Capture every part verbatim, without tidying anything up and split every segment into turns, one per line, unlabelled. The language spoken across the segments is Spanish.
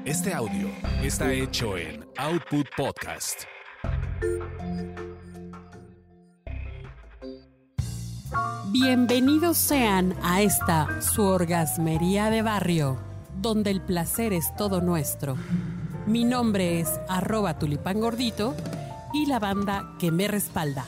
Este audio está hecho en Output Podcast.
Bienvenidos sean a esta su orgasmería de barrio, donde el placer es todo nuestro. Mi nombre es arroba tulipangordito y la banda que me respalda.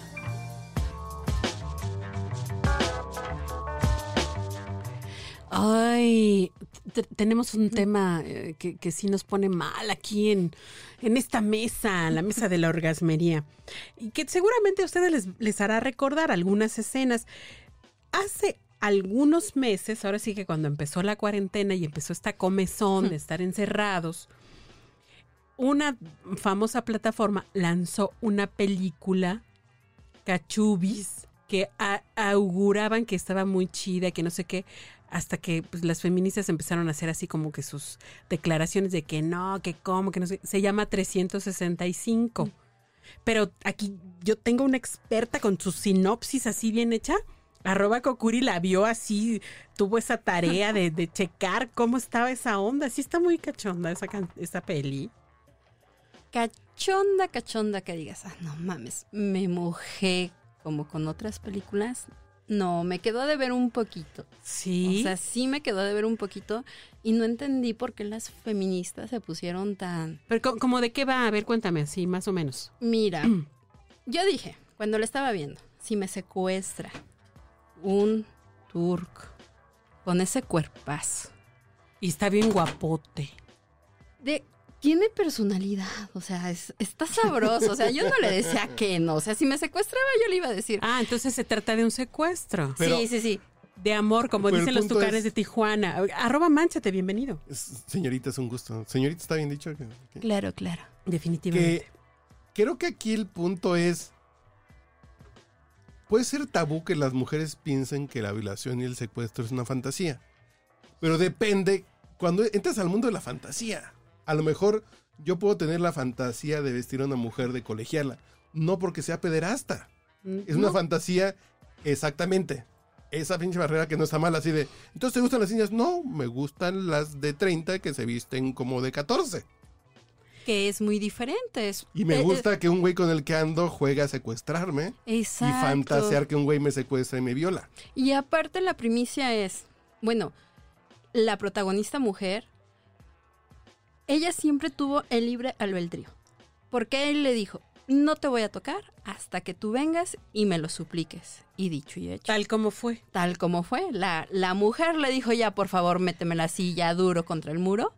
Ay, t- tenemos un tema eh, que, que sí nos pone mal aquí en, en esta mesa, la mesa de la orgasmería, y que seguramente a ustedes les, les hará recordar algunas escenas. Hace algunos meses, ahora sí que cuando empezó la cuarentena y empezó esta comezón de estar encerrados, una famosa plataforma lanzó una película, Cachubis, que a- auguraban que estaba muy chida, que no sé qué, hasta que pues, las feministas empezaron a hacer así como que sus declaraciones de que no, que cómo, que no sé. Se llama trescientos sesenta y cinco. Pero aquí yo tengo una experta con su sinopsis así bien hecha. Arroba Kokuri la vio así, tuvo esa tarea de, de checar cómo estaba esa onda. Sí está muy cachonda esa, can- esa peli.
Cachonda, cachonda que digas, ah, no mames, me mojé como con otras películas. No, me quedó de ver un poquito.
Sí.
O sea, sí me quedó de ver un poquito y no entendí por qué las feministas se pusieron tan...
Pero co- como de qué va, a ver, cuéntame así, más o menos.
Mira, yo dije, cuando la estaba viendo, si me secuestra un turco con ese cuerpazo,
Y está bien guapote.
de... Tiene personalidad, o sea, es, está sabroso, o sea, yo no le decía que no, o sea, si me secuestraba yo le iba a decir.
Ah, entonces se trata de un secuestro.
Pero-
sí, sí, sí.
De amor, como
Pero el
dicen los
punto
tucanes
es-
de Tijuana. Arroba Mánchate, bienvenido.
Es- señorita, es un gusto. Señorita, está bien dicho. Que, que-
Claro, claro.
Definitivamente.
que creo que aquí el punto es. Puede ser tabú que las mujeres piensen que la violación y el secuestro es una fantasía. Pero depende. Cuando entras al mundo de la fantasía, a lo mejor yo puedo tener la fantasía de vestir a una mujer, de colegiala. No porque sea pederasta. Es una
No.
fantasía, exactamente. Esa pinche barrera que no está mal, así de. Entonces, ¿te gustan las niñas? No, me gustan las de treinta que se visten como de catorce.
Que es muy diferente. Es,
Y me
eh,
gusta que un güey con el que ando juegue a secuestrarme
eh, exacto.
y fantasear que un güey me secuestra y me viola.
Y aparte la primicia es, bueno, la protagonista mujer, ella siempre tuvo el libre albedrío. Porque él le dijo, no te voy a tocar hasta que tú vengas y me lo supliques. Y dicho y hecho.
Tal como fue.
Tal como fue. La, la mujer le dijo, ya por favor, méteme la silla duro contra el muro.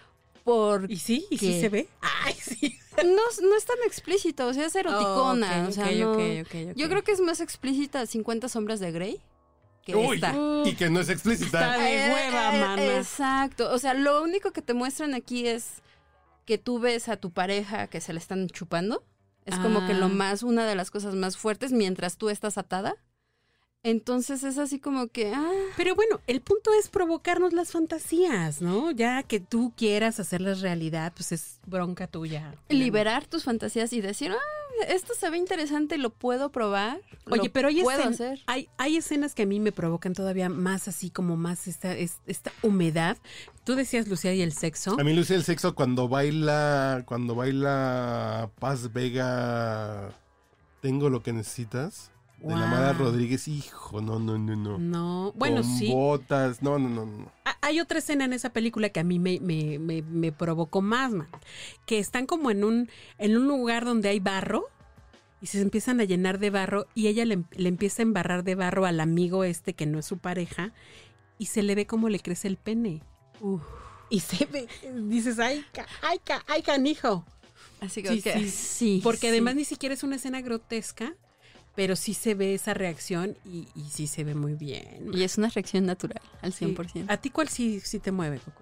Por
Y sí, y sí
¿Qué?
se ve. Ay, sí.
No, no es tan explícito, o sea, es eroticona.
Oh, ok,
o sea,
ok,
no-
ok, ok, ok.
Yo creo que es más explícita cincuenta sombras de Grey que
Uy,
esta.
y que no es explícita.
Está de
Eh,
hueva,
eh,
mana.
Exacto, o sea, lo único que te muestran aquí es que tú ves a tu pareja que se le están chupando. Es como
Ah.
que lo más, una de las cosas más fuertes mientras tú estás atada. Entonces es así como que, ah,
Pero bueno, el punto es provocarnos las fantasías, ¿no? Ya que tú quieras hacerlas realidad, pues es bronca tuya.
liberar tus fantasías y decir, ah, esto se ve interesante, lo puedo probar.
Oye,
lo
pero hay,
puedo
escen-
hacer.
hay, hay escenas que a mí me provocan todavía más así como más esta, es- esta humedad. Tú decías, Lucía, y el sexo.
A mí Lucía el sexo cuando baila, cuando baila Paz Vega, tengo lo que necesitas. De la
Wow.
Mara Rodríguez, hijo, no, no, no, no.
No, bueno,
Con
sí.
botas, no, no, no, no.
Ah, hay otra escena en esa película que a mí me, me, me, me provocó más, man. Que están como en un, en un lugar donde hay barro y se empiezan a llenar de barro y ella le, le empieza a embarrar de barro al amigo este que no es su pareja y se le ve como le crece el pene. Uf. Y se ve, dices, ay, ca- ay, ca- ay, canijo.
Así
Sí,
que,
sí.
sí.
Porque
sí.
además ni siquiera es una escena grotesca, pero sí se ve esa reacción y, y sí se ve muy bien.
Y es una reacción natural, al
Sí.
cien por ciento.
¿A ti cuál sí, sí te mueve, Coco?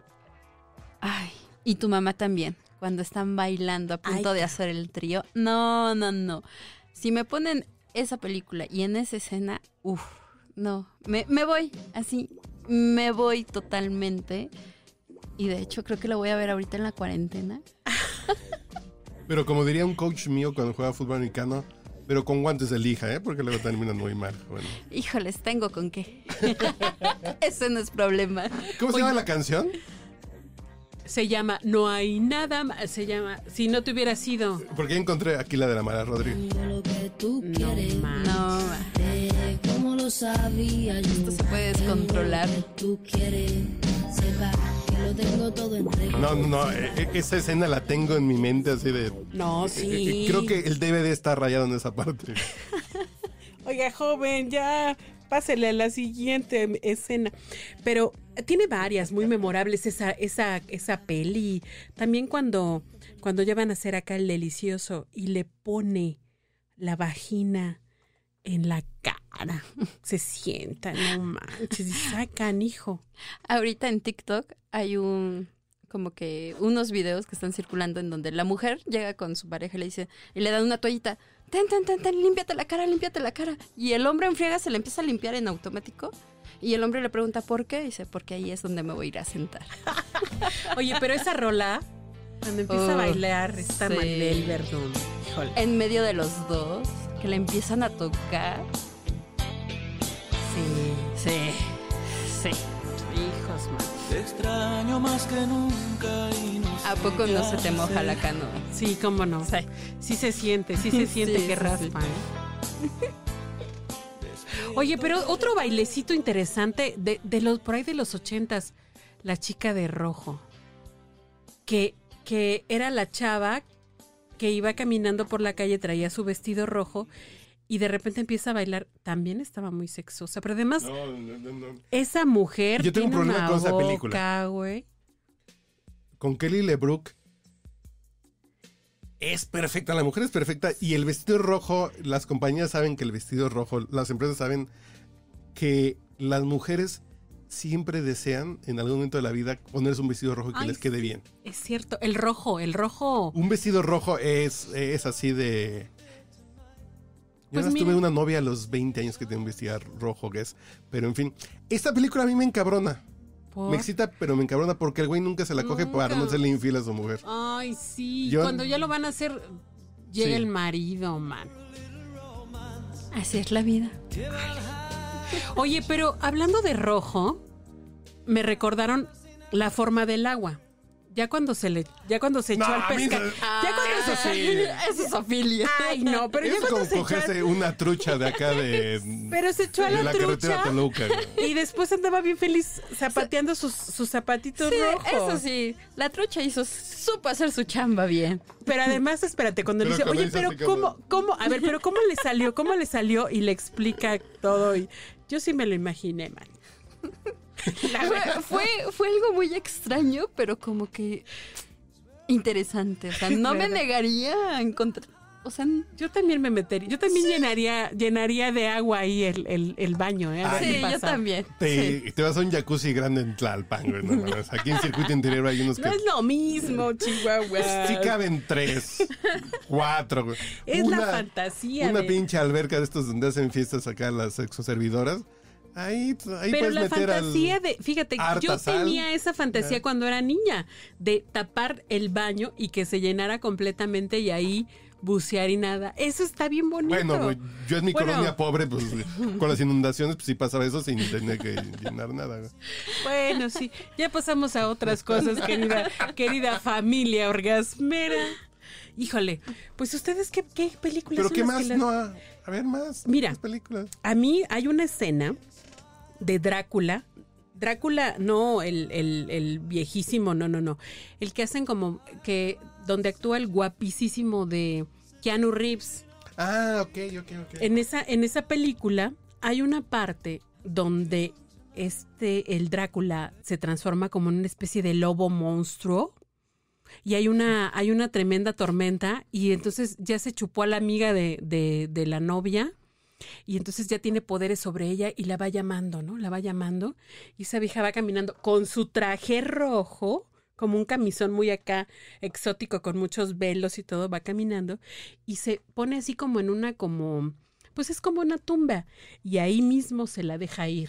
Ay, y tu mamá también, cuando están bailando a punto
Ay,
de
ca-
hacer el trío. No, no, no. Si me ponen esa película y en esa escena, uff, no, me, me voy, así, me voy totalmente. Y de hecho creo que la voy a ver ahorita en la cuarentena.
Pero como diría un coach mío cuando juega fútbol americano, pero con guantes de lija, ¿eh? Porque luego terminan muy mal. Bueno.
Híjoles, tengo con qué. Ese no es problema.
¿Cómo se llama la canción?
Se llama No hay nada más. Se llama Si no te hubiera sido.
Porque encontré aquí la de la Mara Rodríguez.
No más.
No,
¿Cómo lo sabía yo?
esto se puede descontrolar.
Tú quieres, sepa que lo tengo todo en regla.
No, no, no, e- e- esa escena la tengo en mi mente así de...
No,
e-
sí.
e- Creo que el D V D está rayado en esa parte.
Oiga, joven, ya pásele a la siguiente escena. Pero tiene varias muy memorables esa, esa, esa peli. También cuando, cuando ya van a hacer acá el delicioso y le pone la vagina en la cara. Se sienta, no manches, y sacan, hijo.
Ahorita en TikTok hay un como que unos videos que están circulando en donde la mujer llega con su pareja y le dice, y le dan una toallita, ten, ten, ten, ten, límpiate la cara, límpiate la cara. Y el hombre en friega se le empieza a limpiar en automático. Y el hombre le pregunta por qué, y dice, porque ahí es donde me voy a ir a sentar.
Oye, pero esa rola, cuando empieza
Oh,
a bailar, está
sí.
Maribel Verdún. Híjole.
En medio de los dos, que le empiezan a tocar.
Sí,
Sí, sí.
hijos, man.
Te extraño más que nunca y no sé
¿A poco
qué
no se te
hacer.
moja la canoa?
Sí, cómo no.
Sí.
Sí se siente, sí se siente
Sí,
que
sí,
raspa, ¿eh? Oye, pero otro bailecito interesante de, de los por ahí de los ochentas, la chica de rojo, que, que era la chava que iba caminando por la calle, traía su vestido rojo y de repente empieza a bailar. También estaba muy sexosa, pero además
No, no, no, no.
esa mujer
Yo tengo un
tiene
problema
una
con esa
boca,
película.
güey.
Con Kelly LeBrook es perfecta, la mujer es perfecta y el vestido rojo, las compañías saben que el vestido rojo, las empresas saben que las mujeres siempre desean en algún momento de la vida ponerse un vestido rojo que
Ay,
les quede
sí.
bien.
Es cierto, el rojo, el rojo.
Un vestido rojo es, es así de... Yo
Pues
no
mira.
tuve una novia a los veinte años que tenía un vestido rojo, que es... Pero en fin, esta película a mí me encabrona.
¿Por?
Me excita, pero me encabrona porque el güey nunca se la coge para no
Nunca.
serle infiel a su mujer.
Ay, sí.
Yo-
Cuando ya lo van a hacer, llega
Sí.
el marido, man.
Así es la vida.
Oye, pero hablando de rojo, me recordaron La forma del agua. Ya cuando se le, ya cuando se echó
No,
al
a mí
pescado.
no-
Ya cuando
eso
se
sí.
Eso es Ofilia.
Ay, no, pero ya
Es
cuando
como
se echó.
cogerse
al-
una trucha de acá de...
Pero se echó a
de
la,
la carretera
trucha.
a Toluca. güey.
Y después andaba bien feliz zapateando sus, sus zapatitos
Sí,
rojos.
eso sí. La trucha hizo, supo hacer su chamba bien.
Pero además, espérate, cuando le
Pero
dice,
cuando
oye,
dice
pero
así como-
¿cómo, cómo? A ver, pero ¿cómo le salió? ¿Cómo le salió? Y le explica todo. Y yo sí me lo imaginé, man. La verdad.
Fue, fue, fue algo muy extraño, pero como que interesante. O sea, no me
¿Verdad?
negaría a encontrar. O sea,
Yo también me metería, yo también llenaría, llenaría de agua ahí el, el, el baño, ¿eh? A ver
sí,
qué
yo
pasa.
también.
Te,
Sí.
te vas a un jacuzzi grande en Tlalpan, güey. No, mames. Aquí en Circuito Interior hay unos que...
No es lo mismo, Chihuahua.
Sí caben tres, cuatro. güey.
Es la fantasía
Una
de-
pinche alberca de estos donde hacen fiestas acá las sexoservidoras. Ahí, ahí
Pero
puedes
la
meter
fantasía
al...
de, fíjate,
harta
yo
sal.
tenía esa fantasía
Ya.
cuando era niña, de tapar el baño y que se llenara completamente y ahí bucear y nada. Eso está bien bonito.
Bueno, güey, yo en mi
Bueno.
colonia pobre, pues con las inundaciones, pues sí pasaba eso sin tener que llenar nada. güey.
Bueno, sí. Ya pasamos a otras cosas, querida, querida familia orgasmera. Híjole, pues ustedes qué, qué películas
Pero
son
¿qué
las
más?
que las-
No, a, a ver, más.
Mira.
más películas.
A mí hay una escena de Drácula. Drácula, no el, el, el viejísimo, no, no, no. El que hacen como que donde actúa el guapísimo de Keanu Reeves.
Ah, ok, ok, ok.
En esa, en esa película hay una parte donde este, el Drácula se transforma como en una especie de lobo monstruo. Y hay una, hay una tremenda tormenta y entonces ya se chupó a la amiga de, de, de la novia y entonces ya tiene poderes sobre ella y la va llamando, ¿no? La va llamando y esa vieja va caminando con su traje rojo, como un camisón muy acá exótico con muchos velos y todo, va caminando y se pone así como en una como, pues es como una tumba y ahí mismo se la deja ir.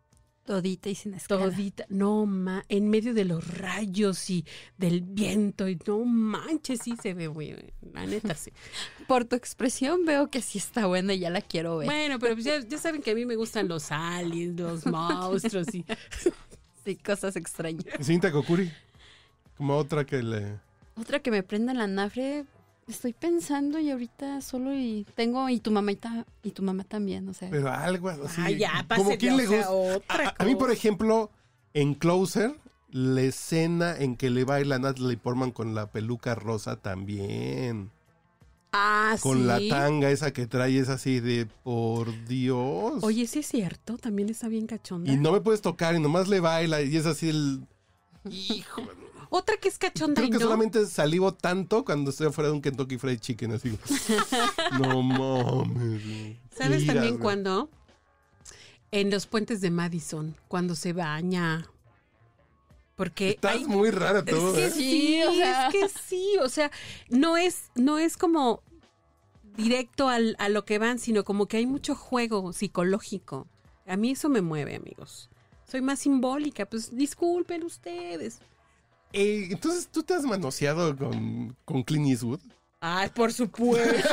Todita y sin escala.
Todita, no ma, en medio de los rayos y del viento y no manches, sí se ve muy, la neta sí.
Por tu expresión veo que sí está buena y ya la quiero ver.
Bueno, pero pues ya, ya saben que a mí me gustan los aliens, los monstruos y
Sí, cosas extrañas.
Cinta Kokuri. Como otra que le...
Otra que me prenda la nafre, estoy pensando y ahorita solo y tengo y tu mamá y, ta- y tu mamá también, o sea.
Pero algo así.
Ay, ya,
como
pásele,
quien le
o sea,
gusta.
otra
A, a mí, por
cosa.
ejemplo, en Closer, la escena en que le baila Natalie Portman con la peluca rosa también.
Ah,
Con
sí.
la tanga esa que trae, es así de por Dios.
Oye, sí es cierto, también está bien cachonda.
Y no me puedes tocar y nomás le baila y es así el... Hijo.
Otra que es cachonda
Creo
y
que
no.
solamente salivo tanto cuando estoy afuera de un Kentucky Fried Chicken, así. No mames.
¿Sabes
Iras,
también
güey.
cuándo? En los puentes de Madison, cuando se baña. Porque
Estás
hay...
muy rara
Es
tú,
que
¿eh?
sí,
o sea.
es que sí, o sea, no es, no es como directo al, a lo que van, sino como que hay mucho juego psicológico. A mí eso me mueve, amigos. Soy más simbólica, pues disculpen ustedes.
Eh, entonces, ¿tú te has manoseado con, con Clint Eastwood?
Ay, por supuesto.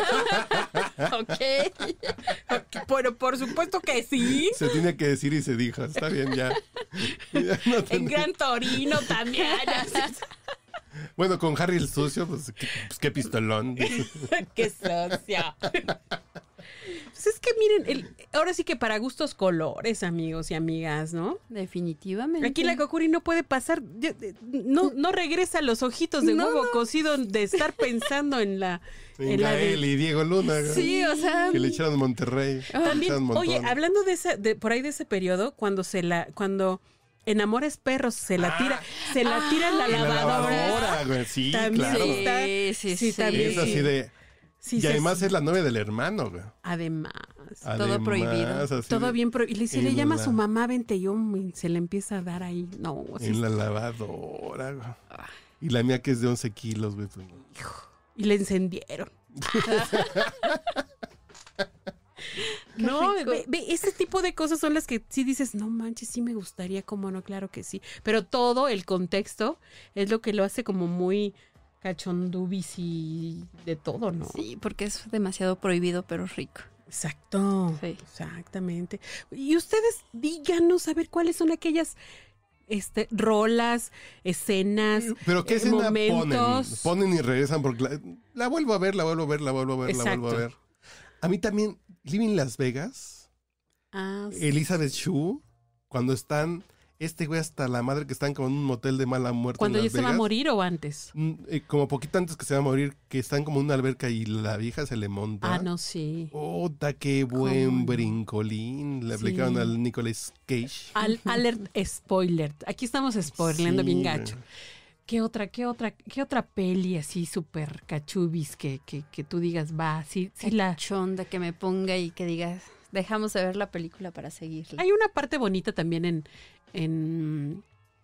Ok.
Pero por supuesto que sí.
Se tiene que decir y se dijo. Está bien, ya. Ya no
En
ten-
Gran Torino también.
Bueno, con Harry el Sucio, pues qué, pues, qué pistolón.
Qué socio. Pues es que miren, el, ahora sí que para gustos colores, amigos y amigas, ¿no?
Definitivamente.
Aquí la Kokuri no puede pasar, yo- eh, no, no regresa los ojitos de
No,
huevo
no.
cocido de estar pensando en la, en
En
la de-
Gael y Diego Luna. güey.
Sí, o sea.
Que le echaron en Monterrey. Le
También,
echaron un
oye,
montón.
hablando de esa, de, por ahí de ese periodo, cuando se la, cuando en Amores Perros se la tira, se la tira en la
En la
lavadora.
lavadora, güey. Sí,
También
claro.
está-
Sí, sí,
sí,
sí.
también.
Es así de...
Sí,
y
sí,
además
sí.
es la novia del hermano, güey.
Además,
Además,
prohibido.
así
todo
de-
bien, pero y le, si le
en
llama a
la-
su mamá, vente yo, y se le empieza a dar ahí. No, así
En la lavadora, güey. Y la mía que es de once kilos, güey. pues,
y le encendieron. No,
rico.
ve, ve, ese tipo de cosas son las que sí dices, no manches, sí me gustaría, cómo no, claro que sí. Pero todo el contexto es lo que lo hace como muy cachondubis y de todo, ¿no?
Sí, porque es demasiado prohibido, pero rico.
Exacto,
Sí.
exactamente. Y ustedes díganos a ver cuáles son aquellas este, rolas, escenas,
Pero ¿qué
eh,
escena
momentos.
ponen? Ponen y regresan porque la, la vuelvo a ver, la vuelvo a ver, la vuelvo a ver, la vuelvo a
Exacto.
ver. A mí también, Living Las Vegas,
Ah, sí.
Elizabeth Shue, cuando están, este güey hasta la madre que están como en un motel de mala muerte
Cuando
en
ya
Las
se va a
Vegas.
morir o antes.
Mm, eh, como poquito antes que se va a morir, que están como en una alberca y la vieja se le monta.
Ah, no, sí.
¡Ota, qué buen
¿Cómo no?
brincolín! Le
Sí.
aplicaron al Nicolas Cage.
Al, alert spoiler. Aquí estamos spoileando
Sí,
bien
güey.
gacho. ¿Qué otra, qué otra, qué otra peli así súper cachubis que, que, que tú digas, va, sí, sí la...
Chonda que me ponga y que diga, dejamos de ver la película para seguirla.
Hay una parte bonita también en, en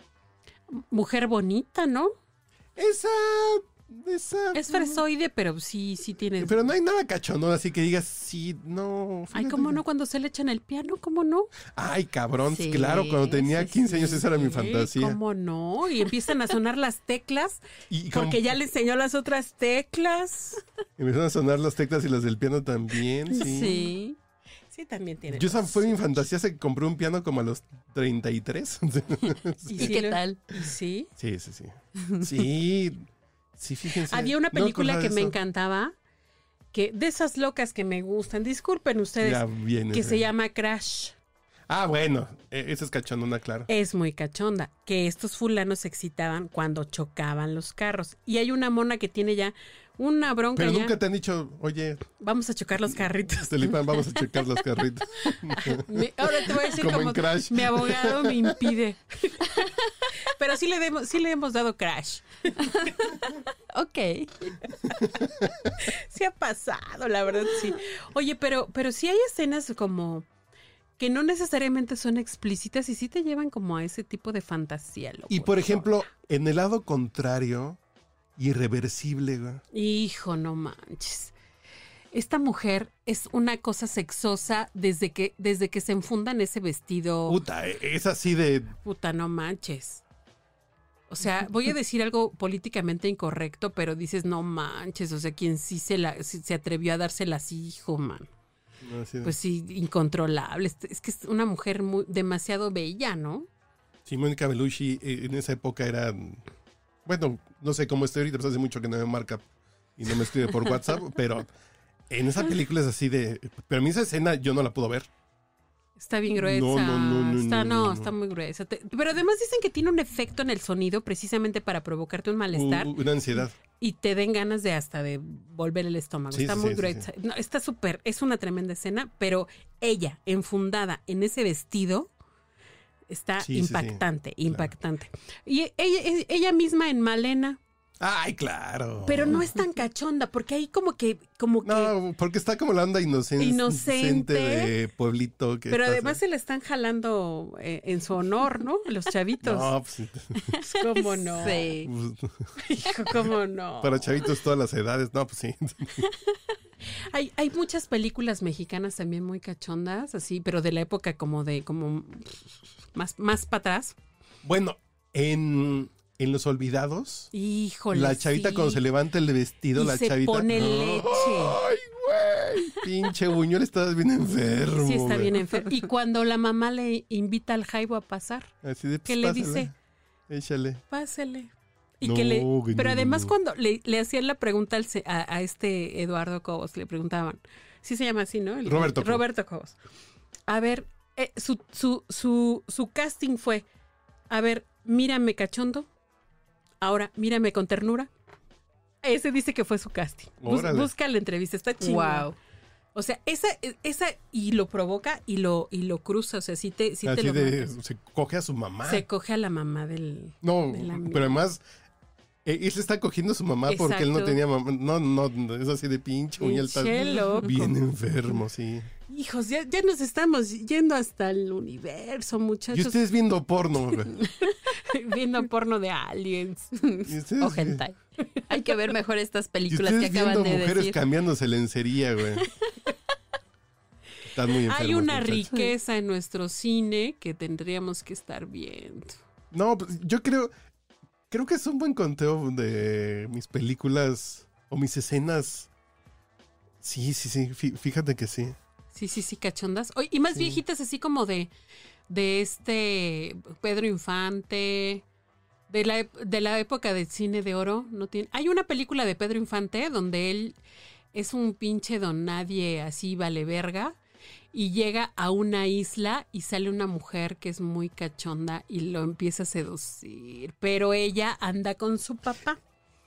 Mujer Bonita, ¿no?
Esa... esa...
Es fresoide, pero sí, sí tiene...
Pero no hay nada cachondo, así que digas, sí, no...
Ay,
fíjate
¿cómo
que-
no? Cuando se le echan el piano, ¿cómo no?
Ay, cabrón,
Sí,
claro, cuando tenía
sí,
quince
sí.
años esa era mi
Sí,
fantasía.
¿cómo no? Y empiezan a sonar las teclas,
Y con-
porque ya le enseñó las otras teclas.
empezaron a sonar las teclas y las del piano también, sí.
Sí. Sí, también tiene.
Yo esa fue mi fantasía, se compré un piano como a los treinta y tres.
¿Y
sí
qué
lo-
tal?
¿Y sí?
Sí, sí, sí. Sí, sí, fíjense.
Había una
No me
película
acordaba
que
de
me
eso.
encantaba, que de esas locas que me gustan, disculpen ustedes,
Ya viene.
que
sí.
se llama Crash.
Ah, bueno, e- esa es cachondona, claro.
Es muy cachonda, que estos fulanos se excitaban cuando chocaban los carros. Y hay una mona que tiene ya una bronca
Pero
ya.
nunca te han dicho, oye,
Vamos a chocar los carritos.
Telipan, vamos a checar los carritos.
Mi- ahora te voy a decir
Como
como,
en Crash.
mi abogado me impide. Pero sí le, demos, sí le hemos dado Crash.
Ok.
Sí ha pasado, la verdad, sí. Oye, pero, pero sí hay escenas como que no necesariamente son explícitas y sí te llevan como a ese tipo de fantasía. loco.
Y por ejemplo, en el lado contrario, irreversible, güey.
Hijo, no manches. Esta mujer es una cosa sexosa desde que, desde que se enfunda en ese vestido.
Puta, e- es así de...
Puta, no manches. O sea, voy a decir algo políticamente incorrecto, pero dices, no manches. O sea, quien sí se, la, sí se atrevió a dársela así, hijo, man.
no, así de-
Pues sí, incontrolable. Es- Es que es una mujer muy, demasiado bella, ¿no?
Sí, Mónica Bellucci eh, en esa época era Bueno, no sé cómo estoy ahorita, pues hace mucho que no me marca y no me escribe por WhatsApp, pero en esa película es así de... Pero a mí esa escena yo no la puedo ver.
Está bien gruesa.
No, no, no, no,
está,
no,
no,
no, no.
está muy gruesa. Te- pero además dicen que tiene un efecto en el sonido precisamente para provocarte un malestar
U- una ansiedad.
y te den ganas de hasta de volver el estómago.
Sí,
está
sí,
muy
sí, sí,
gruesa. No, está súper, es una tremenda escena, pero ella, enfundada en ese vestido, está
Sí, sí, sí.
impactante, impactante. Y ella, ella misma en Malena,
Ay, claro.
pero no es tan cachonda, porque ahí como que, como que...
No, porque está como la onda inocente,
Inocente.
de pueblito. Que
Pero
pasa.
además se la están jalando eh, en su honor, ¿no? Los chavitos.
No, pues,
¿Cómo no?
Sí.
Hijo, ¿cómo no?
para chavitos todas las edades, no, pues sí.
Hay, hay muchas películas mexicanas también muy cachondas, así, pero de la época como de, como más, más para atrás.
Bueno, en, en Los Olvidados,
Híjole,
la chavita
sí.
cuando se levanta el vestido,
Y
la
se
chavita.
pone leche.
¡Ay, güey! Pinche Buñuel, estás bien enfermo.
Sí, está
güey.
bien enfermo. Y cuando la mamá le invita al Jaibo a pasar,
Así de,
¿qué
pues,
le
pásale,
dice?
Échale.
Pásele. Y
No,
que le,
güey,
pero
no,
además
no.
cuando le, le hacían la pregunta al se- a, a este Eduardo Cobos, le preguntaban, sí se llama así, ¿no? El-
Roberto Cobos.
Roberto Cobos. A ver, eh, su, su, su, su casting fue, a ver, mírame cachondo, ahora mírame con ternura. Ese dice que fue su casting. Bus-
Órale.
busca la entrevista, está chingada.
Wow.
O sea, esa, esa, y lo provoca y lo, y lo cruza, o sea, sí te, sí te
Así
lo
de,
matas.
se coge a su mamá.
Se coge a la mamá del...
No,
de la
pero además, eh, él se está cogiendo a su mamá porque él no
Exacto.
tenía mamá. No, no, es así de pinche Buñuel, estás
Pinche loco.
bien enfermo, sí.
Hijos, ya, ya nos estamos yendo hasta el universo,
Y
muchachos.
ustedes viendo porno, güey.
Viendo porno de aliens.
Y ustedes,
O hentai. Hay que ver mejor estas
y
películas que
ustedes
acaban
viendo
de
mujeres
decir.
cambiándose lencería, güey. Están muy enfermos.
Hay una
muchachos.
riqueza en nuestro cine que tendríamos que estar viendo.
No, pues, yo creo, creo que es un buen conteo de mis películas o mis escenas. Sí, sí, sí, fí- fíjate que sí.
Sí, sí, sí, cachondas. Oye, y más
Sí.
viejitas así como de, de este Pedro Infante, de la, ep- de la época del cine de oro. No tiene, hay una película de Pedro Infante donde él es un pinche don nadie así vale verga y llega a una isla y sale una mujer que es muy cachonda y lo empieza a seducir, pero ella anda con su papá.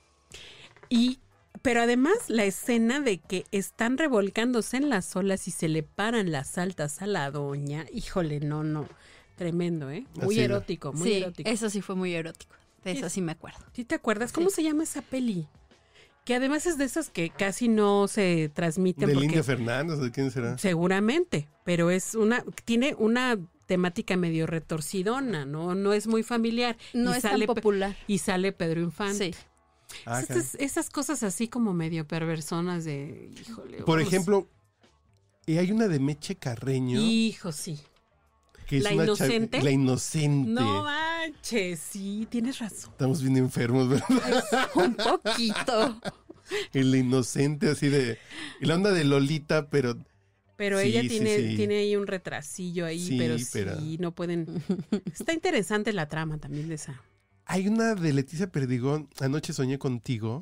Y pero además la escena de que están revolcándose en las olas y se le paran las altas a la doña, híjole, no, no, tremendo, ¿eh? Muy
Así, ¿no?
erótico, muy
Sí,
erótico.
eso sí fue muy erótico. De eso sí me acuerdo.
¿Sí te acuerdas? ¿Cómo se llama esa peli? Que además es de esas que casi no se transmiten
¿De
porque
Linda Fernández? ¿De quién será?
seguramente, pero es una, tiene una temática medio retorcidona, ¿no? No es muy familiar.
No
Y
es
sale
tan
Pe-
popular.
Y sale Pedro Infante.
Sí.
Ah,
esas, esas cosas así como medio perversonas de, híjole.
Por
vamos-
ejemplo, y hay una de Meche Carreño.
Hijo, sí.
que es
¿La
una chav-
inocente?
La inocente.
No manches, sí, tienes razón.
Estamos bien enfermos, ¿verdad?
Un poquito.
El inocente así de... Y la onda de Lolita, pero...
Pero
Sí,
ella
sí,
tiene,
sí.
tiene ahí un retrasillo ahí,
Sí,
pero
pero-
sí, no pueden. Está interesante la trama también de esa.
Hay una de Leticia Perdigón, Anoche soñé contigo,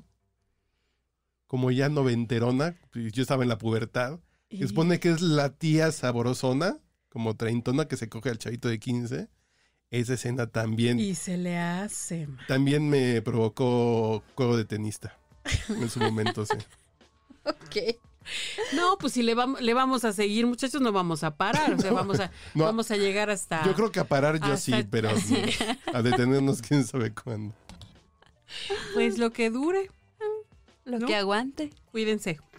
como ya noventerona, yo estaba en la pubertad, que se supone que es la tía saborosona, como treintona que se coge al chavito de quince. Esa escena también,
Y se le hace. ma.
también me provocó juego de tenista en su momento, sí.
Ok.
No, pues si le vamos, le vamos a seguir, muchachos, no vamos a parar. O sea, vamos a,
no.
vamos a llegar hasta.
Yo creo que a parar yo
hasta-
sí, pero a detenernos quién sabe cuándo.
Pues lo que dure.
Lo
¿No?
que aguante.
Cuídense.